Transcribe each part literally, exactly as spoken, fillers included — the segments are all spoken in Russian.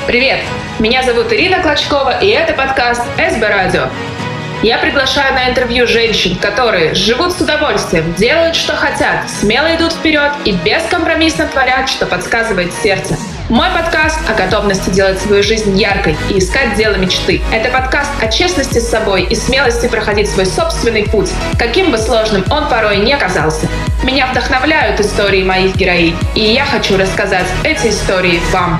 Привет! Меня зовут Ирина Клочкова, и это подкаст эс бэ Радио. Я приглашаю на интервью женщин, которые живут с удовольствием, делают, что хотят, смело идут вперед и бескомпромиссно творят, что подсказывает сердце. Мой подкаст о готовности делать свою жизнь яркой и искать дело мечты. Это подкаст о честности с собой и смелости проходить свой собственный путь, каким бы сложным он порой не казался. Меня вдохновляют истории моих героинь, и я хочу рассказать эти истории вам.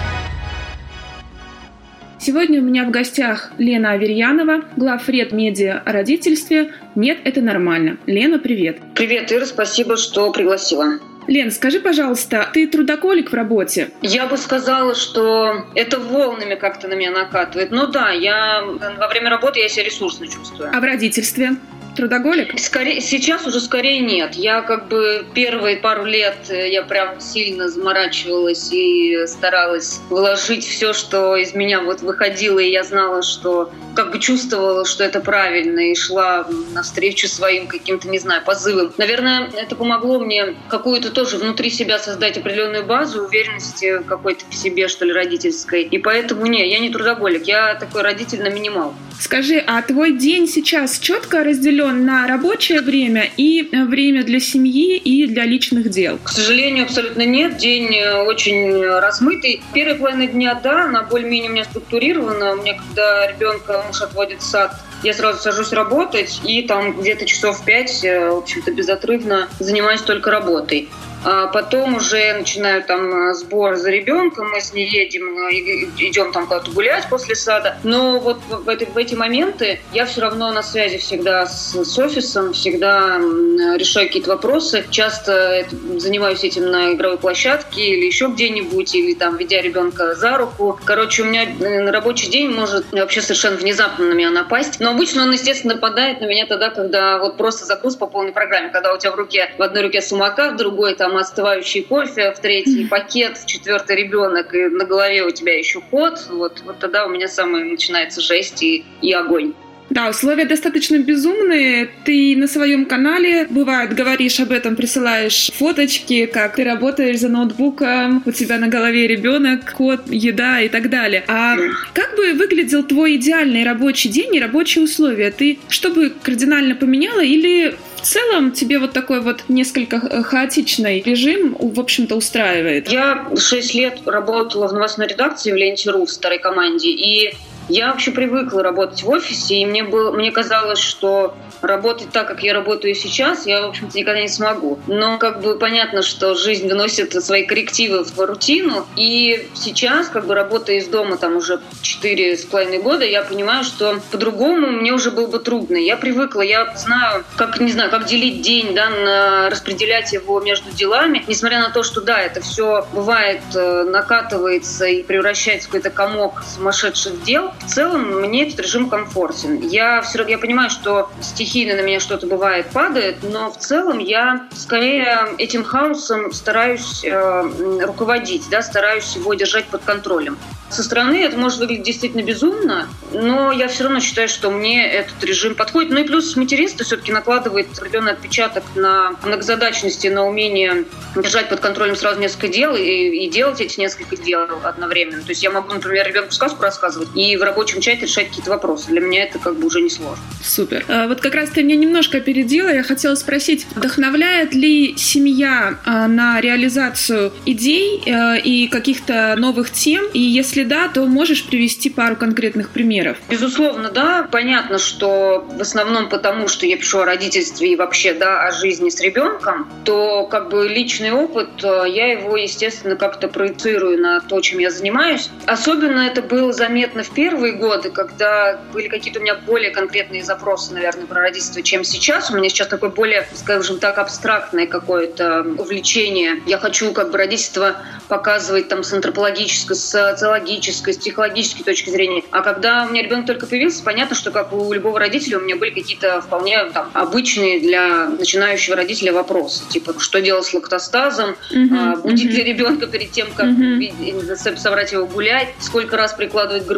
Сегодня у меня в гостях Лена Аверьянова, главред медиа о родительстве «Нет, это нормально». Лена, привет. Привет, Ира, спасибо, что пригласила. Лен, скажи, пожалуйста, ты трудоголик в работе? Я бы сказала, что это волнами как-то на меня накатывает. Ну да, я во время работы я себя ресурсно чувствую. А в родительстве? Трудоголик? Скорее, сейчас уже скорее нет. Я как бы первые пару лет я прям сильно заморачивалась и старалась вложить все, что из меня вот выходило, и я знала, что как бы чувствовала, что это правильно, и шла навстречу своим каким-то, не знаю, позывам. Наверное, это помогло мне какую-то тоже внутри себя создать определенную базу уверенности какой-то в себе, что ли, родительской. И поэтому, не, я не трудоголик, я такой родитель на минимал. Скажи, а твой день сейчас четко разделен на рабочее время и время для семьи и для личных дел? К сожалению, абсолютно нет. День очень размытый. Первая половина дня, да, она более-менее у меня структурирована. У меня, когда ребенка муж отводит в сад, я сразу сажусь работать, и там где-то часов пять, в общем-то, безотрывно занимаюсь только работой. А потом уже начинаю там сбор за ребенком, мы с ней едем, идем там куда-то гулять после сада. Но вот в эти, в эти моменты я все равно на связи всегда с, с офисом, всегда решаю какие-то вопросы. Часто занимаюсь этим на игровой площадке или еще где-нибудь, или там ведя ребенка за руку. Короче, у меня рабочий день может вообще совершенно внезапно на меня напасть. Но обычно он, естественно, нападает на меня тогда, когда вот просто загруз по полной программе, когда у тебя в руке, в одной руке самокат, в другой там остывающий кофе, в третий пакет, в четвертый ребенок, и на голове у тебя еще кот. Вот, вот тогда у меня самая начинается жесть и, и огонь. Да, условия достаточно безумные. Ты на своем канале, бывает, говоришь об этом, присылаешь фоточки, как ты работаешь за ноутбуком, у тебя на голове ребенок, кот, еда и так далее. А как бы выглядел твой идеальный рабочий день и рабочие условия? Ты что бы кардинально поменяла или в целом тебе вот такой вот несколько хаотичный режим, в общем-то, устраивает? Я шесть лет работала в новостной редакции в Ленте.ру в старой команде, и я вообще привыкла работать в офисе, и мне, было, мне казалось, что работать так, как я работаю сейчас, я, в общем-то, никогда не смогу. Но как бы понятно, что жизнь вносит свои коррективы в рутину, и сейчас, как бы работая из дома там уже четыре с половиной года, я понимаю, что по-другому мне уже было бы трудно. Я привыкла, я знаю, как, не знаю, как делить день, да, на, распределять его между делами, несмотря на то, что, да, это все бывает, накатывается и превращается в какой-то комок сумасшедших дел. В целом мне этот режим комфортен. Я все равно я понимаю, что стихийно на меня что-то бывает падает, но в целом я скорее этим хаосом стараюсь э, руководить, да, стараюсь его держать под контролем. Со стороны это может выглядеть действительно безумно, но я все равно считаю, что мне этот режим подходит. Ну и плюс материнство все-таки накладывает определенный отпечаток на многозадачности, на умение держать под контролем сразу несколько дел и, и делать эти несколько дел одновременно. То есть я могу, например, ребенку сказку рассказывать и в рабочем чате решать какие-то вопросы. Для меня это как бы уже не сложно. Супер. А вот как раз ты меня немножко опередила. Я хотела спросить, вдохновляет ли семья а, на реализацию идей а, и каких-то новых тем? И если да, то можешь привести пару конкретных примеров? Безусловно, да. Понятно, что в основном потому, что я пишу о родительстве и вообще, да, о жизни с ребенком, то как бы личный опыт, я его, естественно, как-то проецирую на то, чем я занимаюсь. Особенно это было заметно в первые годы, когда были какие-то у меня более конкретные запросы, наверное, про родительство, чем сейчас. У меня сейчас такое более, скажем так, абстрактное какое-то увлечение. Я хочу как бы родительство показывать там с антропологической, с социологической, с психологической точки зрения. А когда у меня ребенок только появился, понятно, что как у любого родителя у меня были какие-то вполне там обычные для начинающего родителя вопросы. Типа, что делать с лактостазом, uh-huh, будить uh-huh. ли ребенка перед тем, как uh-huh. собрать его гулять, сколько раз прикладывать к груди, чем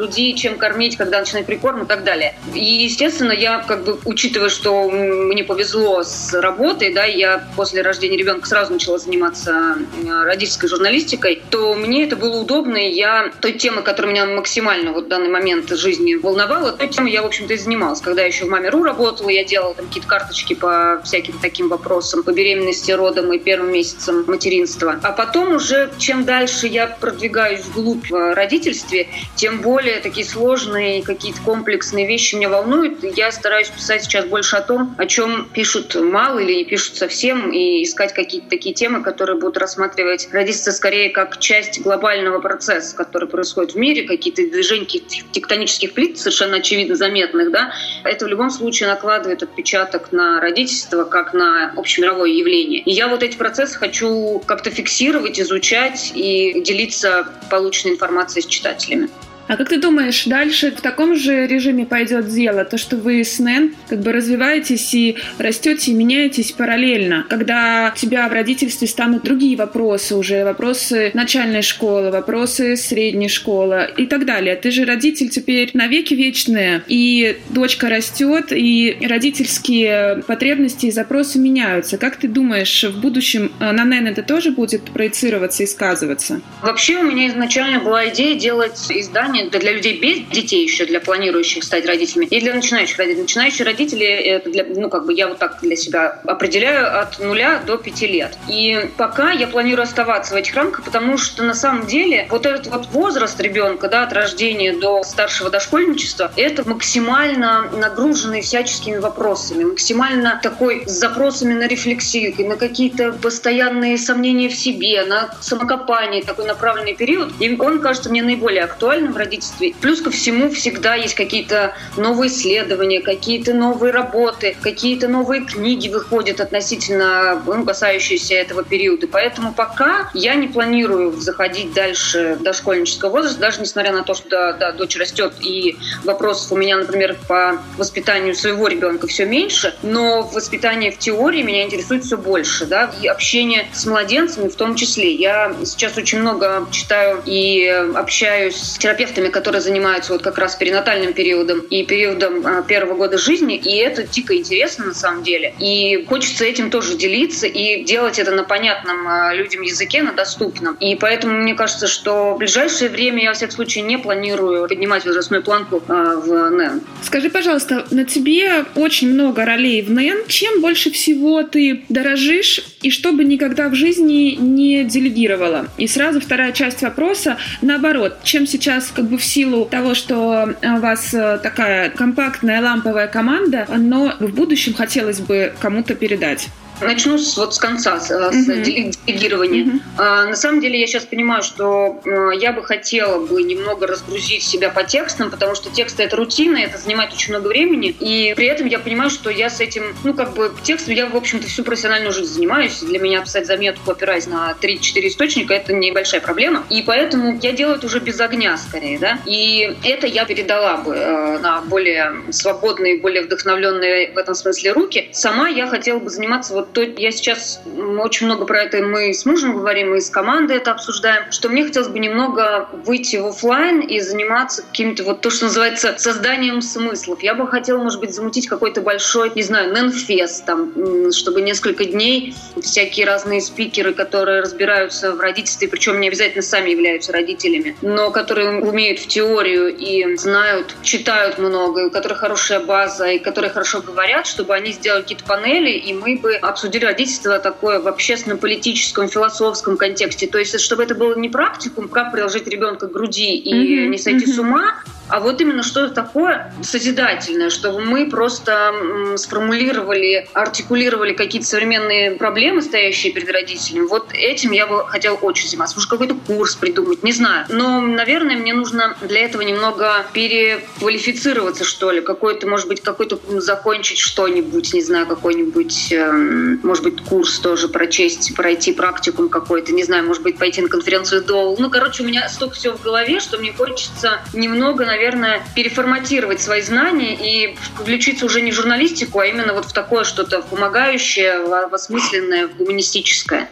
чем кормить, когда начинать прикорм и так далее. И, естественно, я, как бы, учитывая, что мне повезло с работой, да, я после рождения ребенка сразу начала заниматься родительской журналистикой, то мне это было удобно, и я той темой, которая меня максимально вот в данный момент жизни волновала, той темой я, в общем-то, и занималась. Когда я еще в Маме.ру работала, я делала там какие-то карточки по всяким таким вопросам, по беременности, родам и первым месяцам материнства. А потом уже, чем дальше я продвигаюсь вглубь в родительстве, тем более такие сложные, какие-то комплексные вещи меня волнуют. Я стараюсь писать сейчас больше о том, о чем пишут мало или не пишут совсем, и искать какие-то такие темы, которые будут рассматривать родительство скорее как часть глобального процесса, который происходит в мире, какие-то движения тектонических плит совершенно очевидно заметных, да, это в любом случае накладывает отпечаток на родительство как на общемировое явление. И я вот эти процессы хочу как-то фиксировать, изучать и делиться полученной информацией с читателями. А как ты думаешь, дальше в таком же режиме пойдет дело? То, что вы с Нэн как бы развиваетесь и растете, и меняетесь параллельно. Когда у тебя в родительстве станут другие вопросы уже, вопросы начальной школы, вопросы средней школы и так далее. Ты же родитель теперь навеки вечные, и дочка растет, и родительские потребности и запросы меняются. Как ты думаешь, в будущем на Нэн это тоже будет проецироваться и сказываться? Вообще у меня изначально была идея делать издание для людей без детей еще, для планирующих стать родителями, и для начинающих родителей. Начинающие родители, это для, ну, как бы я вот так для себя определяю от нуля до пяти лет. И пока я планирую оставаться в этих рамках, потому что на самом деле вот этот вот возраст ребенка, да, от рождения до старшего дошкольничества, это максимально нагруженный всяческими вопросами, максимально такой с запросами на рефлексию, на какие-то постоянные сомнения в себе, на самокопание, такой направленный период. И он кажется мне наиболее актуальным в родительстве. Плюс ко всему всегда есть какие-то новые исследования, какие-то новые работы, какие-то новые книги выходят относительно, ну, касающиеся этого периода. Поэтому пока я не планирую заходить дальше дошкольнического возраста, даже несмотря на то, что да, да, дочь растет, и вопросов у меня, например, по воспитанию своего ребенка все меньше, но воспитание в теории меня интересует все больше, да, и общение с младенцами в том числе. Я сейчас очень много читаю и общаюсь с терапевтами, которые занимаются вот как раз перинатальным периодом и периодом а, первого года жизни, и это дико интересно на самом деле. И хочется этим тоже делиться и делать это на понятном а, людям языке, на доступном. И поэтому мне кажется, что в ближайшее время я, во всяком случае, не планирую поднимать возрастную планку а, в Нэн. Скажи, пожалуйста, на тебе очень много ролей в Нэн. Чем больше всего ты дорожишь и что бы никогда в жизни не делегировала? И сразу вторая часть вопроса, наоборот, чем сейчас как бы в силу того, что у вас такая компактная ламповая команда, но в будущем хотелось бы кому-то передать? Начну с, вот с конца, с, uh-huh. с делегирования. Uh-huh. А, на самом деле я сейчас понимаю, что а, я бы хотела бы немного разгрузить себя по текстам, потому что тексты — это рутина, это занимает очень много времени, и при этом я понимаю, что я с этим, ну как бы текстом я, в общем-то, всю профессиональную жизнь занимаюсь. Для меня писать заметку, опираясь на три-четыре источника, это небольшая проблема, и поэтому я делаю это уже без огня скорее, да, и это я передала бы э, на более свободные, более вдохновленные в этом смысле руки. Сама я хотела бы заниматься вот то, я сейчас очень много про это мы с мужем говорим, мы с командой это обсуждаем, что мне хотелось бы немного выйти в офлайн и заниматься каким-то вот то, что называется созданием смыслов. Я бы хотела, может быть, замутить какой-то большой, не знаю, Нэн-фест, там, чтобы несколько дней всякие разные спикеры, которые разбираются в родительстве, причем не обязательно сами являются родителями, но которые умеют в теорию и знают, читают много, у которых хорошая база, и которые хорошо говорят, чтобы они сделали какие-то панели, и мы бы обсудили родительство такое в общественно-политическом, философском контексте. То есть, чтобы это было не практикум, как приложить ребенка к груди и mm-hmm. не сойти mm-hmm. с ума, а вот именно что-то такое созидательное, чтобы мы просто м, сформулировали, артикулировали какие-то современные проблемы, стоящие перед родителями. Вот этим я бы хотела очень заниматься. Может, какой-то курс придумать, не знаю. Но, наверное, мне нужно для этого немного переквалифицироваться, что ли. Какой-то, может быть, какой-то закончить что-нибудь, не знаю, какой-нибудь, э, может быть, курс тоже прочесть, пройти практикум какой-то, не знаю, может быть, пойти на конференцию Доу. Ну, короче, у меня столько всего в голове, что мне хочется немного, наверное, наверное, переформатировать свои знания и включиться уже не в журналистику, а именно вот в такое что-то помогающее, осмысленное, гуманистическое.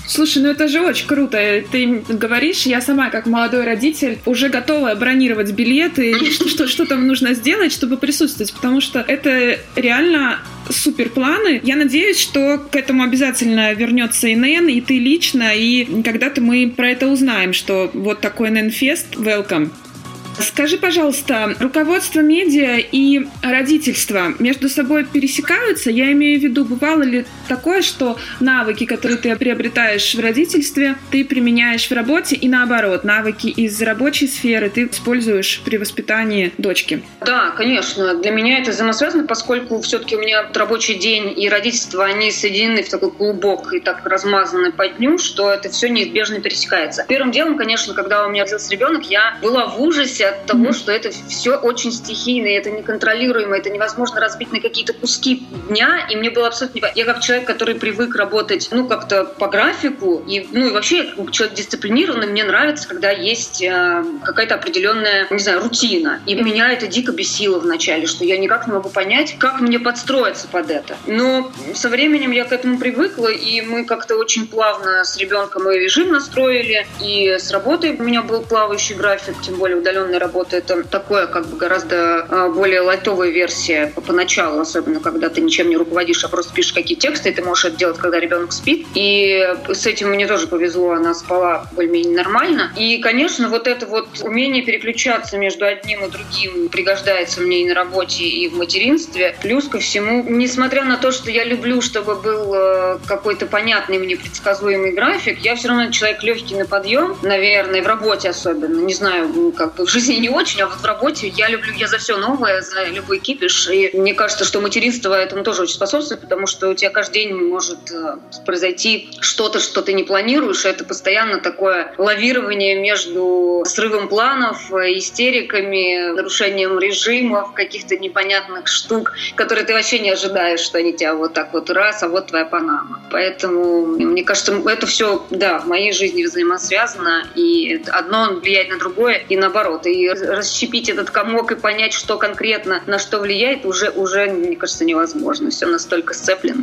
Слушай, ну это же очень круто. Ты говоришь, я сама, как молодой родитель, уже готова бронировать билеты, что, что, что там нужно сделать, чтобы присутствовать, потому что это реально супер планы. Я надеюсь, что к этому обязательно вернется эн эн, и ты лично, и когда-то мы про это узнаем, что вот такой эн эн-фест, welcome. Скажи, пожалуйста, руководство медиа и родительство между собой пересекаются? Я имею в виду, бывало ли такое, что навыки, которые ты приобретаешь в родительстве, ты применяешь в работе, и наоборот, навыки из рабочей сферы ты используешь при воспитании дочки? Да, конечно. Для меня это взаимосвязано, поскольку все-таки у меня рабочий день и родительство, они соединены в такой клубок и так размазаны по дню, что это все неизбежно пересекается. Первым делом, конечно, когда у меня родился ребенок, я была в ужасе от того, что это все очень стихийно, это неконтролируемо, это невозможно разбить на какие-то куски дня, и мне было абсолютно... Я как человек, который привык работать, ну, как-то по графику, и, ну, и вообще, как человек дисциплинированный, мне нравится, когда есть э, какая-то определенная, не знаю, рутина. И меня это дико бесило вначале, что я никак не могу понять, как мне подстроиться под это. Но со временем я к этому привыкла, и мы как-то очень плавно с ребенком и режим настроили, и с работой у меня был плавающий график, тем более удаленная работа. Это такое, как бы, гораздо более лайтовая версия поначалу, особенно когда ты ничем не руководишь, а просто пишешь какие тексты, и ты можешь это делать, когда ребенок спит. И с этим мне тоже повезло, она спала более-менее нормально. И, конечно, вот это вот умение переключаться между одним и другим пригождается мне и на работе, и в материнстве. Плюс ко всему, несмотря на то, что я люблю, чтобы был какой-то понятный мне предсказуемый график, я все равно человек легкий на подъем, наверное, в работе особенно. Не знаю, как бы в жизни не очень, а вот в работе я люблю, я за все новое, за любой кипиш. И мне кажется, что материнство этому тоже очень способствует, потому что у тебя каждый день может произойти что-то, что ты не планируешь. Это постоянно такое лавирование между срывом планов, истериками, нарушением режимов, каких-то непонятных штук, которые ты вообще не ожидаешь, что они тебя вот так вот раз, а вот твоя Панама. Поэтому, мне кажется, это все, да, в моей жизни взаимосвязано, и одно влияет на другое, и наоборот. И расщепить этот комок и понять, что конкретно на что влияет, уже, уже мне кажется, невозможно. Все настолько сцеплено.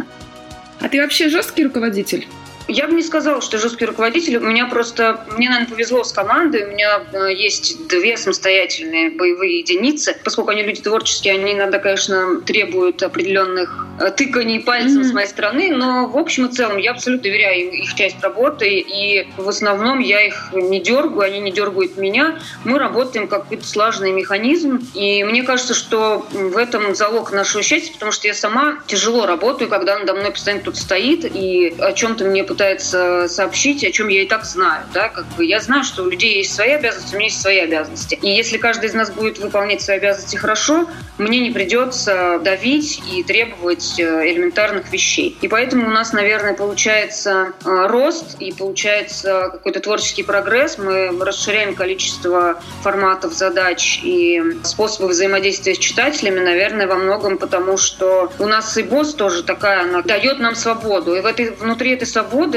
А ты вообще жесткий руководитель? Я бы не сказала, что жесткий руководитель. У меня просто, мне, наверное, повезло с командой. У меня есть две самостоятельные боевые единицы. Поскольку они люди творческие, они иногда, конечно, требуют определенных тыканий пальцем mm-hmm. с моей стороны. Но в общем и целом я абсолютно доверяю их часть работы. И в основном я их не дергаю, они не дергают меня. Мы работаем как какой-то слаженный механизм. И мне кажется, что в этом залог нашего счастья, потому что я сама тяжело работаю, когда надо мной постоянно кто-то стоит и о чем-то мне пытается сообщить, о чем я и так знаю. Да? Как бы я знаю, что у людей есть свои обязанности, у меня есть свои обязанности. И если каждый из нас будет выполнять свои обязанности хорошо, мне не придется давить и требовать элементарных вещей. И поэтому у нас, наверное, получается рост и получается какой-то творческий прогресс. Мы расширяем количество форматов, задач и способов взаимодействия с читателями, наверное, во многом потому, что у нас и босс тоже такая, она дает нам свободу. И в этой, внутри этой свободы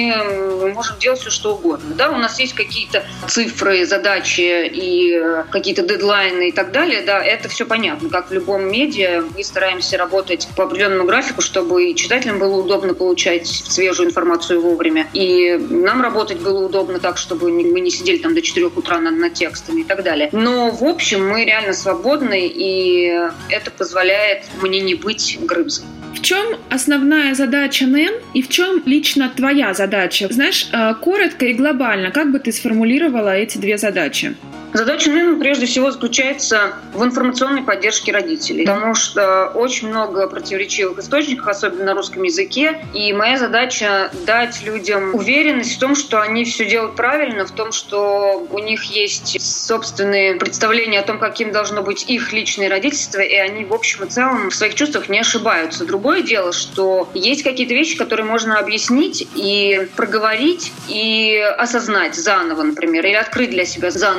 мы можем делать все, что угодно. Да, у нас есть какие-то цифры, задачи и какие-то дедлайны и так далее. Да, это все понятно. Как в любом медиа, мы стараемся работать по определенному графику, чтобы и читателям было удобно получать свежую информацию вовремя. И нам работать было удобно так, чтобы мы не сидели там до четырех утра над, над текстами и так далее. Но в общем мы реально свободны, и это позволяет мне не быть грыбзой. В чем основная задача эн эн и в чем лично твоя задача? Знаешь, коротко и глобально, как бы ты сформулировала эти две задачи? Задача эн эн прежде всего заключается в информационной поддержке родителей, потому что очень много противоречивых источников, особенно на русском языке, и моя задача дать людям уверенность в том, что они все делают правильно, в том, что у них есть собственные представления о том, каким должно быть их личное родительство, и они в общем и целом в своих чувствах не ошибаются. Другое дело, что есть какие-то вещи, которые можно объяснить и проговорить, и осознать заново, например, или открыть для себя заново.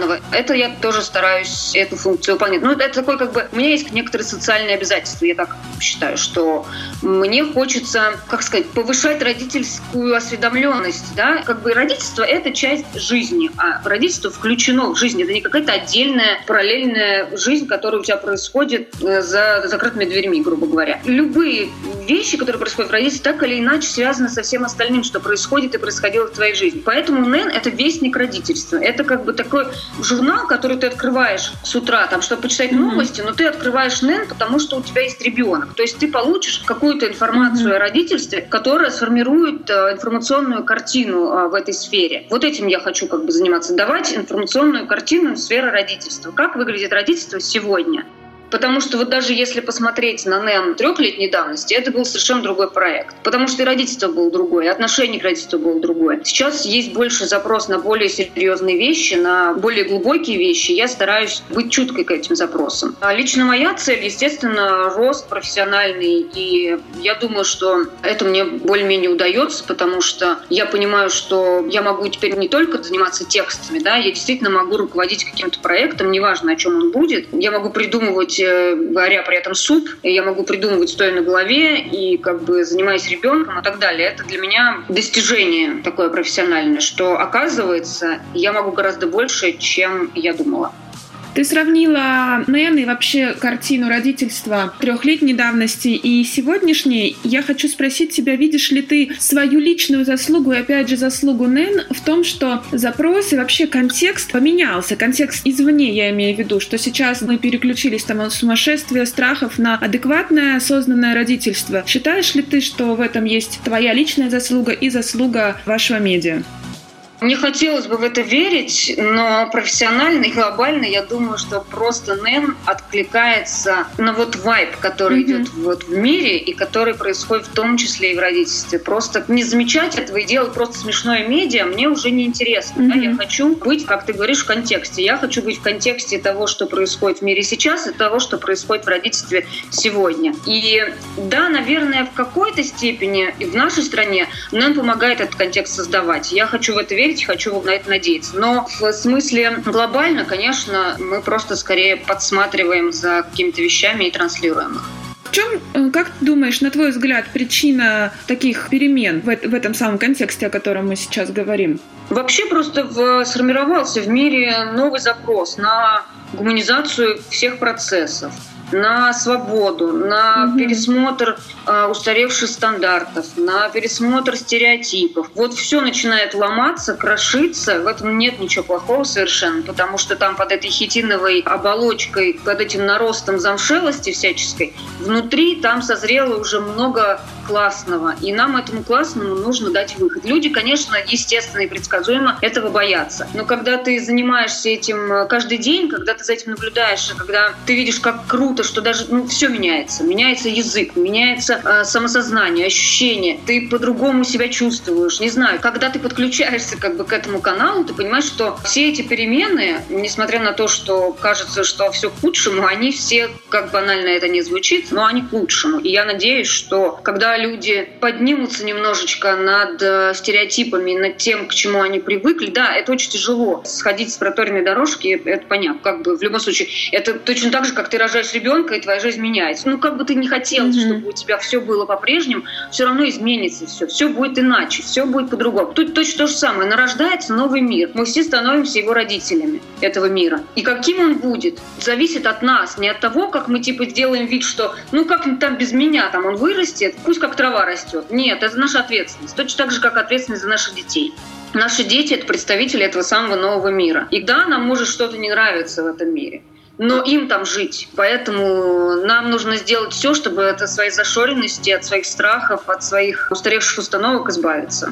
это я тоже стараюсь эту функцию выполнять. Ну, это такой как бы... У меня есть некоторые социальные обязательства, я так считаю, что мне хочется, как сказать, повышать родительскую осведомленность, да, как бы родительство — это часть жизни, а родительство включено в жизнь, это не какая-то отдельная параллельная жизнь, которая у тебя происходит за закрытыми дверьми, грубо говоря. Любые вещи, которые происходят в родительстве, так или иначе связаны со всем остальным, что происходит и происходило в твоей жизни. Поэтому НЭН — это вестник родительства. Это как бы такой журнал, который ты открываешь с утра, там, чтобы почитать новости, но ты открываешь НЭН, потому что у тебя есть ребенок. То есть ты получишь какую-то информацию mm-hmm. о родительстве, которая сформирует э, информационную картину э, в этой сфере. Вот этим я хочу как бы заниматься. Давать информационную картину сферы родительства. Как выглядит родительство сегодня? Потому что вот даже если посмотреть на НЭН трехлетней давности, это был совершенно другой проект. Потому что и родительство было другое, и отношение к родительству было другое. Сейчас есть больше запрос на более серьезные вещи, на более глубокие вещи. Я стараюсь быть чуткой к этим запросам. А лично моя цель, естественно, рост профессиональный. И я думаю, что это мне более-менее удается, потому что я понимаю, что я могу теперь не только заниматься текстами, да, я действительно могу руководить каким-то проектом, неважно, о чем он будет. Я могу придумывать, варя при этом суп, я могу придумывать, стоя на голове и как бы занимаясь ребенком и так далее. Это для меня достижение такое профессиональное, что, оказывается, я могу гораздо больше, чем я думала. Ты сравнила НЭН и вообще картину родительства трехлетней давности и сегодняшней. Я хочу спросить тебя, видишь ли ты свою личную заслугу и, опять же, заслугу НЭН в том, что запрос и вообще контекст поменялся. Контекст извне, я имею в виду, что сейчас мы переключились там от сумасшествия, страхов на адекватное, осознанное родительство. Считаешь ли ты, что в этом есть твоя личная заслуга и заслуга вашего медиа? Мне хотелось бы в это верить, но профессионально и глобально я думаю, что просто НЭН откликается на вот вайб, который mm-hmm. идет вот в мире и который происходит в том числе и в родительстве. Просто не замечать этого и делать просто смешное медиа мне уже не интересно. Mm-hmm. Да? Я хочу быть, как ты говоришь, в контексте. Я хочу быть в контексте того, что происходит в мире сейчас, и того, что происходит в родительстве сегодня. И да, наверное, в какой-то степени и в нашей стране НЭН помогает этот контекст создавать. Я хочу в это верить, хочу на это надеяться. Но в смысле глобально, конечно, мы просто скорее подсматриваем за какими-то вещами и транслируем их. В чем, как ты думаешь, на твой взгляд, причина таких перемен в, в этом самом контексте, о котором мы сейчас говорим? Вообще просто в, сформировался в мире новый запрос на гуманизацию всех процессов, на свободу, на mm-hmm. пересмотр э, устаревших стандартов, на пересмотр стереотипов. Вот все начинает ломаться, крошиться. В этом нет ничего плохого совершенно, потому что там под этой хитиновой оболочкой, под этим наростом замшелости всяческой, внутри там созрело уже много классного. И нам этому классному нужно дать выход. Люди, конечно, естественно и предсказуемо этого боятся. Но когда ты занимаешься этим каждый день, когда ты за этим наблюдаешь, когда ты видишь, как круто, что даже ну, все меняется. Меняется язык, меняется э, самосознание, ощущение. Ты по-другому себя чувствуешь. Не знаю, когда ты подключаешься как бы к этому каналу, ты понимаешь, что все эти перемены, несмотря на то, что кажется, что все к лучшему, они все, как банально это не звучит, но они к лучшему. И я надеюсь, что когда люди поднимутся немножечко над э, стереотипами, над тем, к чему они привыкли, да, это очень тяжело. Сходить с проторенной дорожки, это понятно. Как бы в любом случае, это точно так же, как ты рожаешь ребенка, и твоя жизнь меняется. Ну, как бы ты не хотел, mm-hmm. чтобы у тебя все было по-прежнему, все равно изменится все. Все будет иначе, все будет по-другому. Тут точно то же самое. Нарождается новый мир. Мы все становимся его родителями, этого мира. И каким он будет, зависит от нас. Не от того, как мы типа сделаем вид, что ну как там без меня, там он вырастет, пусть как трава растет. Нет, это наша ответственность. Точно так же, как ответственность за наших детей. Наши дети — это представители этого самого нового мира. И да, нам может что-то не нравиться в этом мире, но им там жить. Поэтому нам нужно сделать все, чтобы от своей зашоренности, от своих страхов, от своих устаревших установок избавиться.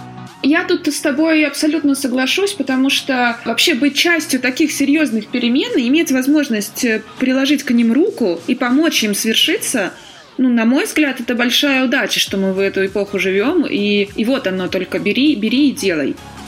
Я тут с тобой абсолютно соглашусь, потому что вообще быть частью таких серьезных перемен и иметь возможность приложить к ним руку и помочь им свершиться, ну, на мой взгляд, это большая удача, что мы в эту эпоху живем, и, и вот оно, только бери, бери и делай.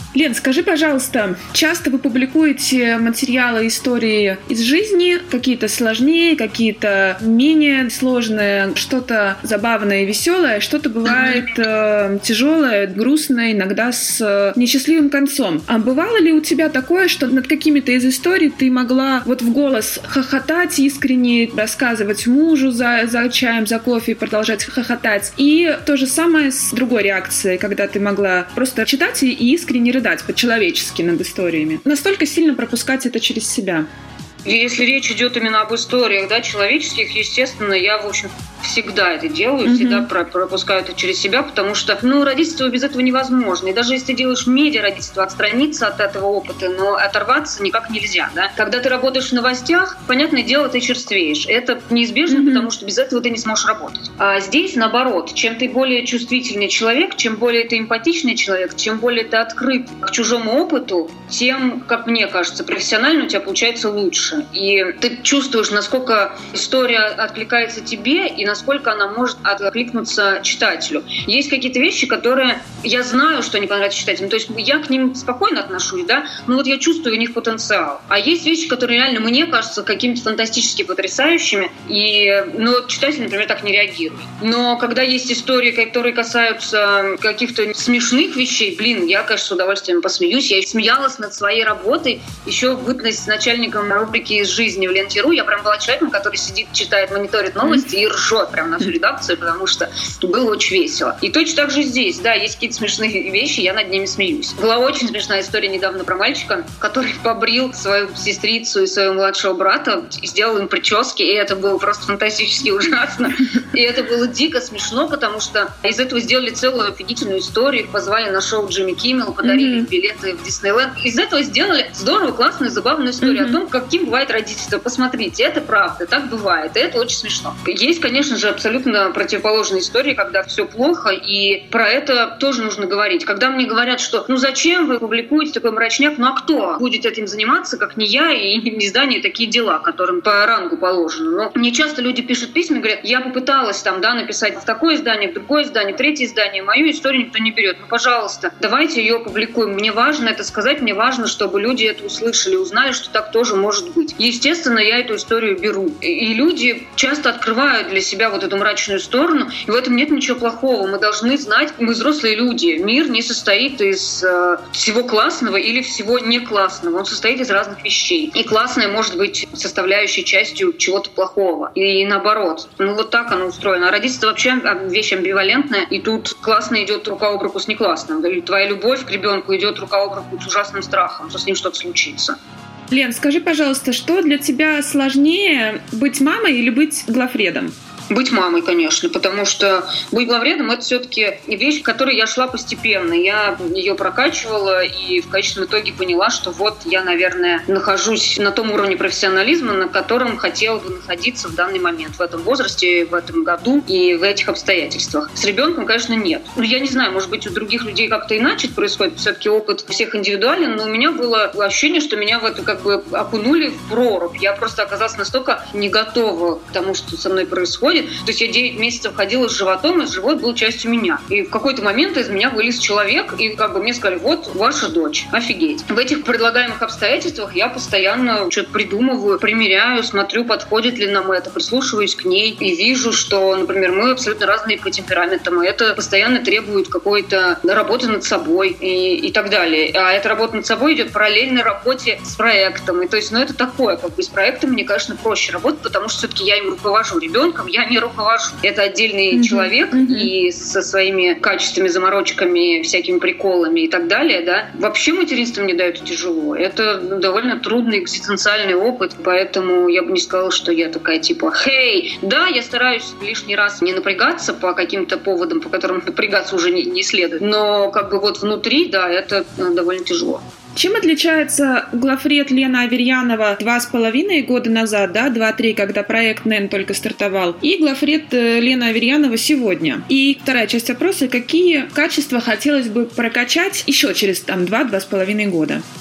Лен, скажи, пожалуйста, часто вы публикуете материалы, истории из жизни, какие-то сложнее, какие-то менее сложные, что-то забавное и веселое, что-то бывает э, тяжелое, грустное, иногда с э, несчастливым концом. А бывало ли у тебя такое, что над какими-то из историй ты могла вот в голос хохотать искренне, рассказывать мужу за, за чаем, за кофе и продолжать хохотать? И то же самое с другой реакцией, когда ты могла просто читать и искренне рыдать по-человечески над историями. Настолько сильно пропускать это через себя. Если речь идет именно об историях, да, человеческих, естественно, я, в общем, всегда это делаю, mm-hmm. всегда пропускаю это через себя, потому что, ну, родительство без этого невозможно. И даже если ты делаешь медиа-родительство, отстраниться от этого опыта, но оторваться никак нельзя, да. Когда ты работаешь в новостях, понятное дело, ты черствеешь. Это неизбежно, mm-hmm. потому что без этого ты не сможешь работать. А здесь, наоборот, чем ты более чувствительный человек, чем более ты эмпатичный человек, чем более ты открыт к чужому опыту, тем, как мне кажется, профессионально у тебя получается лучше. И ты чувствуешь, насколько история откликается тебе и насколько она может откликнуться читателю. Есть какие-то вещи, которые я знаю, что не понравятся читателям. То есть я к ним спокойно отношусь, да, но вот я чувствую в них потенциал. А есть вещи, которые реально мне кажутся какими-то фантастически потрясающими, и, ну, читатель, например, так не реагирует. Но когда есть истории, которые касаются каких-то смешных вещей, блин, я, конечно, с удовольствием посмеюсь. Я смеялась над своей работой еще в бытность с начальником рубрики из жизни в Ленте.ру. Я прям была человеком, который сидит, читает, мониторит новости и ржет прям на всю редакцию, потому что было очень весело. И точно так же здесь, да, есть какие-то смешные вещи, я над ними смеюсь. Была очень смешная история недавно про мальчика, который побрил свою сестрицу и своего младшего брата, сделал им прически, и это было просто фантастически ужасно. И это было дико смешно, потому что из этого сделали целую офигительную историю, их позвали на шоу Джимми Киммел, подарили mm-hmm. билеты в Диснейленд. Из этого сделали здорово, классную, забавную историю mm-hmm. о том, каким бывает родительство. Посмотрите, это правда, так бывает, и это очень смешно. Есть, конечно же, абсолютно противоположные истории, когда все плохо, и про это тоже нужно говорить. Когда мне говорят, что ну зачем вы публикуете такой мрачняк, ну а кто будет этим заниматься, как не я и не издание «Такие дела», которым по рангу положено. Но мне часто люди пишут письма и говорят, я попыталась там, да, написать в такое издание, в другое издание, в третье издание, мою историю никто не берет. Ну, пожалуйста, давайте ее опубликуем. Мне важно это сказать, мне важно, чтобы люди это услышали, узнали, что так тоже может быть. Естественно, я эту историю беру. И люди часто открывают для себя вот эту мрачную сторону, и в этом нет ничего плохого. Мы должны знать, мы взрослые люди. Мир не состоит из э, всего классного или всего не классного. Он состоит из разных вещей. И классное может быть составляющей частью чего-то плохого. И наоборот. Ну вот так оно устроено. А родительство вообще вещь амбивалентная, и тут классно идет рука об руку с неклассным. Твоя любовь к ребенку идет рука об руку с ужасным страхом, что с ним что-то случится. Лен, скажи, пожалуйста, что для тебя сложнее, быть мамой или быть главредом? Быть мамой, конечно, потому что быть главредом — это все-таки вещь, к которой я шла постепенно. Я ее прокачивала и в конечном итоге поняла, что вот я, наверное, нахожусь на том уровне профессионализма, на котором хотела бы находиться в данный момент, в этом возрасте, в этом году и в этих обстоятельствах. С ребенком, конечно, нет. Я не знаю, может быть, у других людей как-то иначе происходит, все-таки опыт всех индивидуален, но у меня было ощущение, что меня в это как бы окунули в прорубь. Я просто оказалась настолько не готова к тому, что со мной происходит. То есть я девять месяцев ходила с животом, и живот был частью меня. И в какой-то момент из меня вылез человек, и как бы мне сказали, вот ваша дочь, офигеть. В этих предлагаемых обстоятельствах я постоянно что-то придумываю, примеряю, смотрю, подходит ли нам это, прислушиваюсь к ней и вижу, что, например, мы абсолютно разные по темпераментам, и это постоянно требует какой-то работы над собой и, и так далее. А эта работа над собой идет параллельно работе с проектом. И то есть, ну это такое, как бы с проектом мне, конечно, проще работать, потому что все-таки я им руковожу ребенком, я не руковожу. Это отдельный mm-hmm. человек mm-hmm. и со своими качествами, заморочками, всякими приколами и так далее, да. Вообще материнство мне дает тяжело. Это довольно трудный экзистенциальный опыт, поэтому я бы не сказала, что я такая типа «Хей!». Да, я стараюсь лишний раз не напрягаться по каким-то поводам, по которым напрягаться уже не, не следует, но как бы вот внутри, да, это довольно тяжело. Чем отличается главред Лена Аверьянова два с половиной года назад, да, два-три, когда проект НЭН только стартовал, и главред Лена Аверьянова сегодня? И вторая часть вопроса, какие качества хотелось бы прокачать еще через там два-два с половиной года?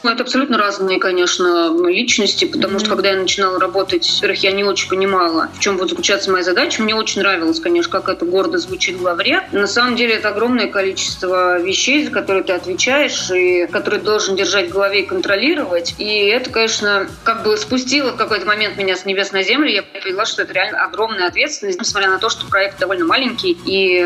Это абсолютно разные, конечно, личности, потому mm-hmm. что когда я начинала работать, во-первых, я не очень понимала, в чем будет заключаться моя задача. Мне очень нравилось, конечно, как это гордо звучит главред. На самом деле это огромное количество вещей, за которые ты отвечаешь и которые ты должен держать в голове и контролировать. И это, конечно, как бы спустило в какой-то момент меня с небес на землю. Я поняла, что это реально огромная ответственность, несмотря на то, что проект довольно маленький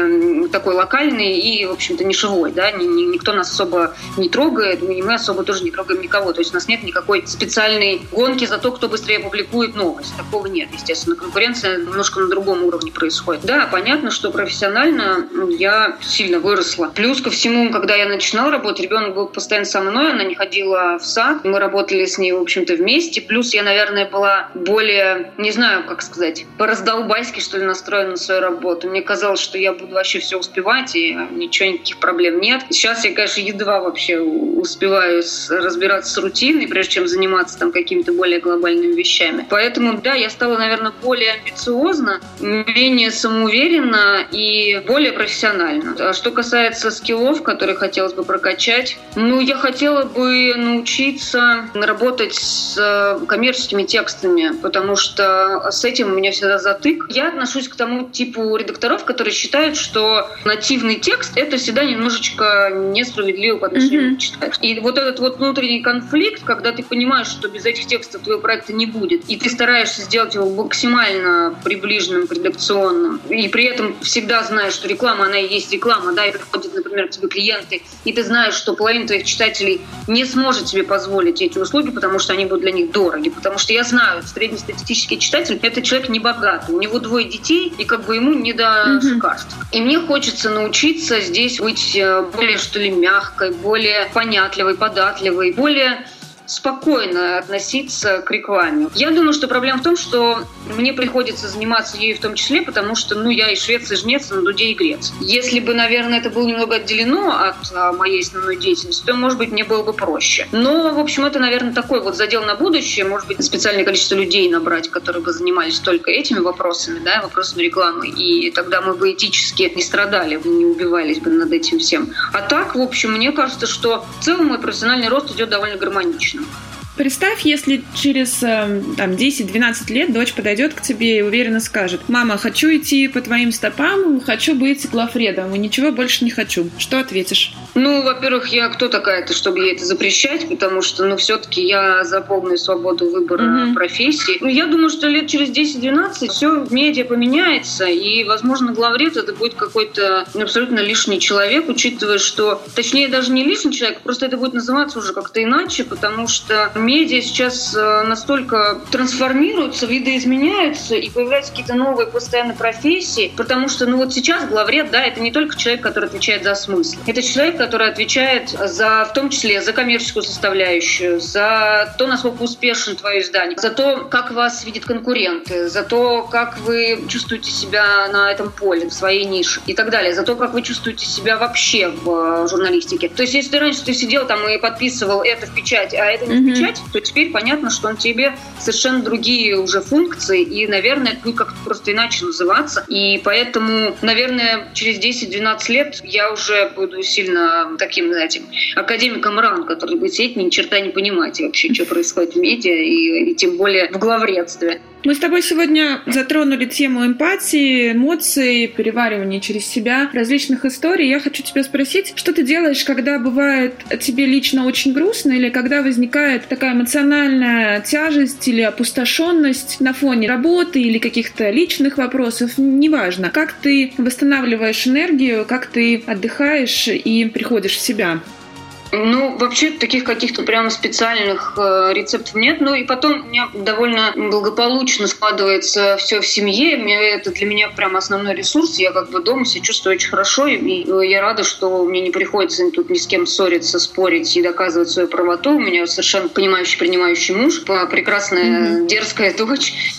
и такой локальный и, в общем-то, нишевой. Да? Никто нас особо не трогает, и мы особо тоже не трогаем никого. То есть у нас нет никакой специальной гонки за то, кто быстрее публикует новость. Такого нет, естественно. Конкуренция немножко на другом уровне происходит. Да, понятно, что профессионально я сильно выросла. Плюс ко всему, когда я начинала работать, ребенок был постоянно со мной, она не ходила в сад. Мы работали с ней, в общем-то, вместе. Плюс я, наверное, была более, не знаю, как сказать, по-раздолбайски, что ли, настроена на свою работу. Мне казалось, что я буду вообще все успевать, и ничего, никаких проблем нет. Сейчас я, конечно, едва вообще успеваю разбираться с рутиной, прежде чем заниматься там какими-то более глобальными вещами. Поэтому, да, я стала, наверное, более амбициозна, менее самоуверенна и более профессиональна. А что касается скиллов, которые хотелось бы прокачать, ну, я хотела бы научиться работать с коммерческими текстами, потому что с этим у меня всегда затык. Я отношусь к тому типу редакторов, которые считают, что нативный текст — это всегда немножечко несправедливо по отношению mm-hmm. к читателю. И вот этот вот внутренний конфликт, когда ты понимаешь, что без этих текстов твоего проекта не будет, и ты стараешься сделать его максимально приближенным к редакционным, и при этом всегда знаешь, что реклама, она и есть реклама, да, и приходят, например, к тебе клиенты, и ты знаешь, что половина твоих читателей не сможет себе позволить эти услуги, потому что они будут для них дороги. Потому что я знаю, среднестатистический читатель — это человек небогатый, у него двое детей, и как бы ему не до mm-hmm. шикарств. И мне хочется научиться здесь быть более, что ли, мягкой, более понятливой, податливой, более спокойно относиться к рекламе. Я думаю, что проблема в том, что мне приходится заниматься ею в том числе, потому что, ну, я и швец, и жнец, и на дуде и грец. Если бы, наверное, это было немного отделено от а, моей основной деятельности, то, может быть, мне было бы проще. Но, в общем, это, наверное, такой вот задел на будущее. Может быть, специальное количество людей набрать, которые бы занимались только этими вопросами, да, вопросами рекламы. И тогда мы бы этически не страдали, не убивались бы над этим всем. А так, в общем, мне кажется, что в целом мой профессиональный рост идет довольно гармонично. Представь, если через там, десять-двенадцать лет дочь подойдет к тебе и уверенно скажет: «Мама, хочу идти по твоим стопам, хочу быть главредом, и ничего больше не хочу». Что ответишь? Ну, во-первых, я кто такая-то, чтобы ей это запрещать, потому что, ну, все-таки я за полную свободу выбора mm-hmm. профессии. Ну, я думаю, что лет через десять-двенадцать все в медиа поменяется, и, возможно, главред это будет какой-то абсолютно лишний человек, учитывая, что, точнее, даже не лишний человек, просто это будет называться уже как-то иначе, потому что медиа сейчас настолько трансформируются, видоизменяются, и появляются какие-то новые постоянно профессии, потому что, ну, вот сейчас главред, да, это не только человек, который отвечает за смысл. Это человек, который отвечает за, в том числе, за коммерческую составляющую, за то, насколько успешен твое издание, за то, как вас видят конкуренты, за то, как вы чувствуете себя на этом поле, в своей нише и так далее, за то, как вы чувствуете себя вообще в журналистике. То есть, если ты раньше ты сидел там и подписывал это в печать, а это не mm-hmm. в печать, то теперь понятно, что он тебе совершенно другие уже функции, и, наверное, это будет как-то просто иначе называться. И поэтому, наверное, через десять-двенадцать лет я уже буду сильно таким, знаете, академиком РАН, который будет сидеть ни черта не понимать вообще, что происходит в медиа, и, и тем более в главредстве. Мы с тобой сегодня затронули тему эмпатии, эмоций, переваривания через себя, различных историй. Я хочу тебя спросить, что ты делаешь, когда бывает тебе лично очень грустно, или когда возникает такая эмоциональная тяжесть или опустошенность на фоне работы или каких-то личных вопросов, неважно. Как ты восстанавливаешь энергию, как ты отдыхаешь и приходишь в себя? Ну, вообще таких каких-то прямо специальных э, рецептов нет. Ну и потом у меня довольно благополучно складывается все в семье. Это для меня прям основной ресурс. Я как бы дома себя чувствую очень хорошо. И я рада, что мне не приходится тут ни с кем ссориться, спорить и доказывать свою правоту. У меня совершенно понимающий, принимающий муж, прекрасная mm-hmm. дерзкая дочь.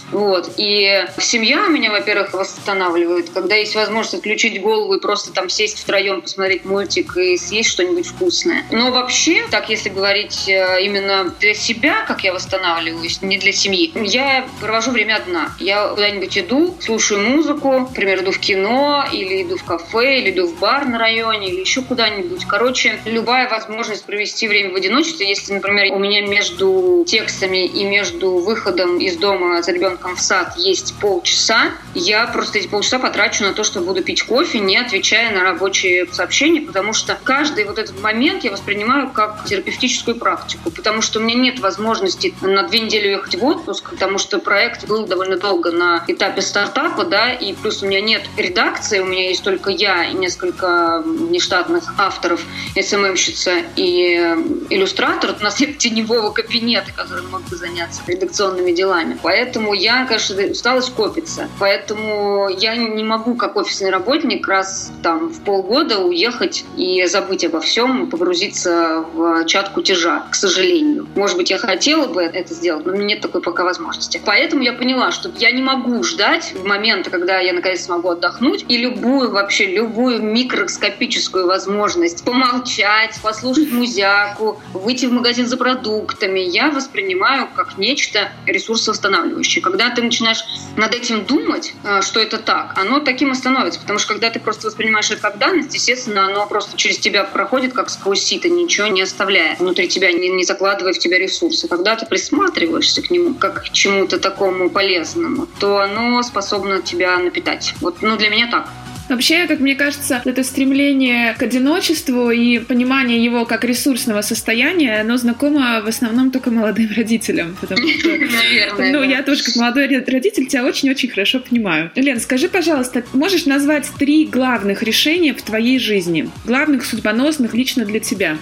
Вот. И семья меня, во-первых, восстанавливает, когда есть возможность отключить голову и просто там сесть втроем, посмотреть мультик и съесть что-нибудь вкусное. Но вообще, так если говорить именно для себя, как я восстанавливаюсь, не для семьи, я провожу время одна. Я куда-нибудь иду, слушаю музыку, например, иду в кино, или иду в кафе, или иду в бар на районе, или еще куда-нибудь. Короче, любая возможность провести время в одиночестве, если, например, у меня между текстами и между выходом из дома за ребенком в сад есть полчаса, я просто эти полчаса потрачу на то, что буду пить кофе, не отвечая на рабочие сообщения, потому что каждый вот этот момент я воспринимаю как терапевтическую практику, потому что у меня нет возможности на две недели уехать в отпуск, потому что проект был довольно долго на этапе стартапа, да, и плюс у меня нет редакции, у меня есть только я и несколько нештатных авторов, эс эм эм-щица и иллюстратор. У нас нет теневого кабинета, который мог бы заняться редакционными делами. Поэтому я, конечно, усталость копится. Поэтому я не могу, как офисный работник, раз там в полгода уехать и забыть обо всем, погрузиться в чат кутежа, к сожалению. Может быть, я хотела бы это сделать, но у меня нет такой пока возможности. Поэтому я поняла, что я не могу ждать в момента, когда я наконец смогу отдохнуть, и любую вообще, любую микроскопическую возможность помолчать, послушать музяку, выйти в магазин за продуктами, я воспринимаю как нечто ресурсовосстанавливающее. Когда ты начинаешь над этим думать, что это так, оно таким и становится. Потому что когда ты просто воспринимаешь это как данность, естественно, оно просто через тебя проходит как сквозь сито, ничего не оставляя внутри тебя, не, не закладывая в тебя ресурсы. Когда ты присматриваешься к нему как к чему-то такому полезному, то оно способно тебя напитать. Вот, ну, для меня так. Вообще, как мне кажется, это стремление к одиночеству и понимание его как ресурсного состояния, оно знакомо в основном только молодым родителям. Потому что, наверное, ну, да. я тоже как молодой родитель тебя очень-очень хорошо понимаю. Лен, скажи, пожалуйста, можешь назвать три главных решения в твоей жизни? Главных, судьбоносных лично для тебя?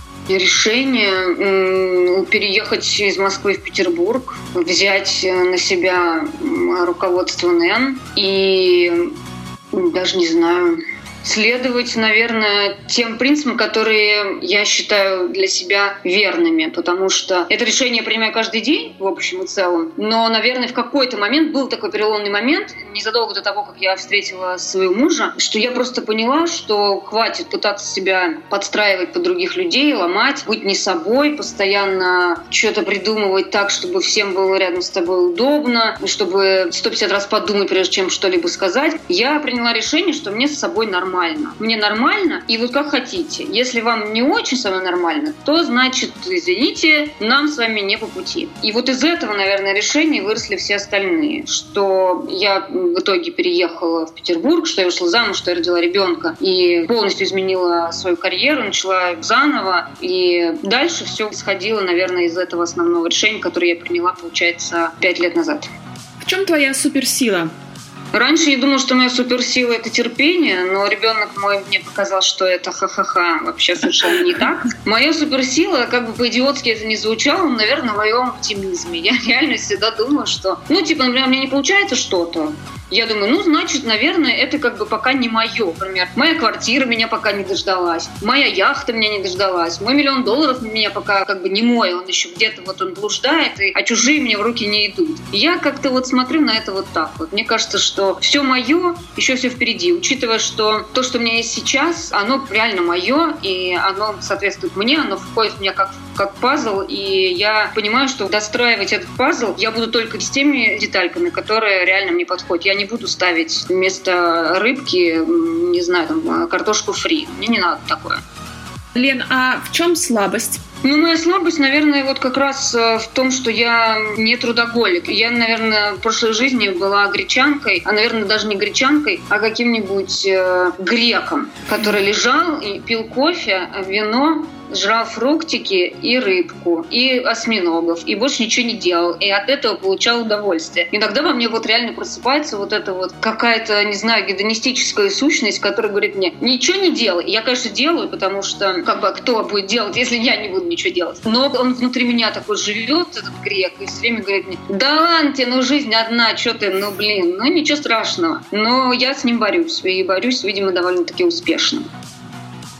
Решение переехать из Москвы в Петербург, взять на себя руководство эн и эн и даже не знаю, следовать, наверное, тем принципам, которые я считаю для себя верными, потому что это решение я принимаю каждый день, в общем и целом, но, наверное, в какой-то момент, был такой переломный момент, незадолго до того, как я встретила своего мужа, что я просто поняла, что хватит пытаться себя подстраивать под других людей, ломать, быть не собой, постоянно что-то придумывать так, чтобы всем было рядом с тобой удобно, чтобы сто пятьдесят раз подумать, прежде чем что-либо сказать. Я приняла решение, что мне с собой нормально. Нормально. Мне нормально, и вот как хотите. Если вам не очень со мной нормально, то, значит, извините, нам с вами не по пути. И вот из этого, наверное, решения выросли все остальные. Что я в итоге переехала в Петербург, что я вышла замуж, что я родила ребенка, и полностью изменила свою карьеру, начала заново. И дальше все исходило, наверное, из этого основного решения, которое я приняла, получается, пять лет назад. В чем твоя суперсила? Раньше я думала, что моя суперсила — это терпение, но ребенок мой мне показал, что это ха-ха-ха, вообще совершенно не так. Моя суперсила, как бы по-идиотски это не звучало, наверное, в моем оптимизме. Я реально всегда думаю, что, ну, типа, например, у меня не получается что-то, я думаю, ну, значит, наверное, это как бы пока не мое. Например, моя квартира меня пока не дождалась, моя яхта меня не дождалась, мой миллион долларов меня пока как бы не мой, он еще где-то вот он блуждает, и, а чужие мне в руки не идут. И я как-то вот смотрю на это вот так вот. Мне кажется, что все мое, еще все впереди, учитывая, что то, что у меня есть сейчас, оно реально мое, и оно соответствует мне, оно входит в меня как, как пазл, и я понимаю, что достраивать этот пазл я буду только с теми детальками, которые реально мне подходят. Я не буду ставить вместо рыбки, не знаю, там, картошку фри. Мне не надо такое. Лен, а в чем слабость? Ну, моя слабость, наверное, вот как раз в том, что я не трудоголик. Я, наверное, в прошлой жизни была гречанкой, а, наверное, даже не гречанкой, а каким-нибудь э, греком, который лежал и пил кофе, вино, жрал фруктики и рыбку, и осьминогов, и больше ничего не делал. И от этого получал удовольствие. Иногда во мне вот реально просыпается вот эта вот какая-то, не знаю, гедонистическая сущность, которая говорит мне, ничего не делай. Я, конечно, делаю, потому что, как бы, кто будет делать, если я не буду ничего делать. Но он внутри меня такой живет, этот грек, и все время говорит мне, да ладно тебе, ну жизнь одна, что ты, ну блин, ну ничего страшного. Но я с ним борюсь, и борюсь, видимо, довольно-таки успешно.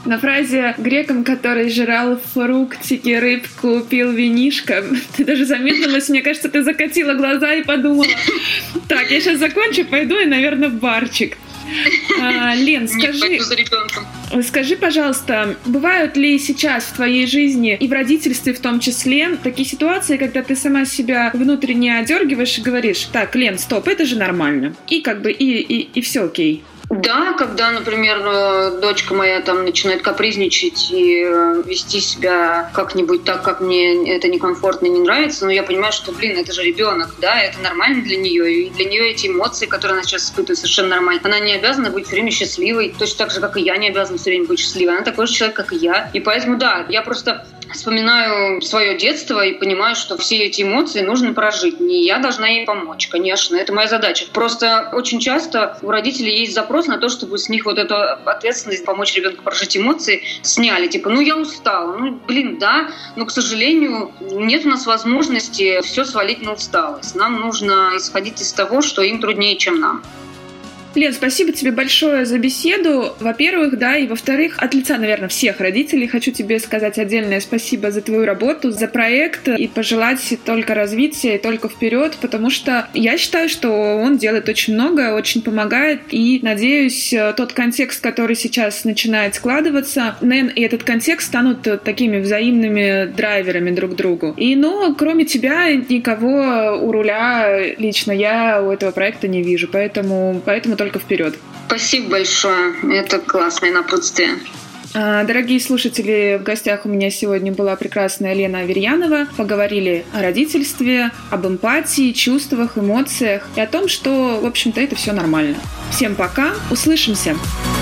На фразе «греком, который жрал фруктики, рыбку, пил винишко», ты даже замедлилась, мне кажется, ты закатила глаза и подумала: так, я сейчас закончу, пойду и, наверное, в барчик. А, Лен, скажи, скажи, пожалуйста, бывают ли сейчас в твоей жизни и в родительстве в том числе такие ситуации, когда ты сама себя внутренне одергиваешь и говоришь: так, Лен, стоп, это же нормально, и как бы и, и, и все окей? Да, когда, например, дочка моя там начинает капризничать и вести себя как-нибудь так, как мне это некомфортно, не нравится, но я понимаю, что, блин, это же ребенок, да, это нормально для нее, и для нее эти эмоции, которые она сейчас испытывает, совершенно нормально. Она не обязана быть все время счастливой, точно так же, как и я не обязана все время быть счастливой. Она такой же человек, как и я. И поэтому, да, я просто вспоминаю свое детство и понимаю, что все эти эмоции нужно прожить. Не я должна ей помочь, конечно, это моя задача. Просто очень часто у родителей есть запрос на то, чтобы с них вот эту ответственность помочь ребенку прожить эмоции сняли. Типа, ну я устала. Ну, блин, да, но, к сожалению, нет у нас возможности все свалить на усталость. Нам нужно исходить из того, что им труднее, чем нам. Лен, спасибо тебе большое за беседу, во-первых, да, и во-вторых, от лица, наверное, всех родителей хочу тебе сказать отдельное спасибо за твою работу, за проект, и пожелать только развития и только вперед, потому что я считаю, что он делает очень много, очень помогает, и, надеюсь, тот контекст, который сейчас начинает складываться, Нэн и этот контекст станут такими взаимными драйверами друг к другу. И, ну, кроме тебя, никого у руля лично я у этого проекта не вижу, поэтому, поэтому только вперед. Спасибо большое. Это классное напутствие. Дорогие слушатели, в гостях у меня сегодня была прекрасная Лена Аверьянова. Поговорили о родительстве, об эмпатии, чувствах, эмоциях и о том, что, в общем-то, это все нормально. Всем пока, услышимся!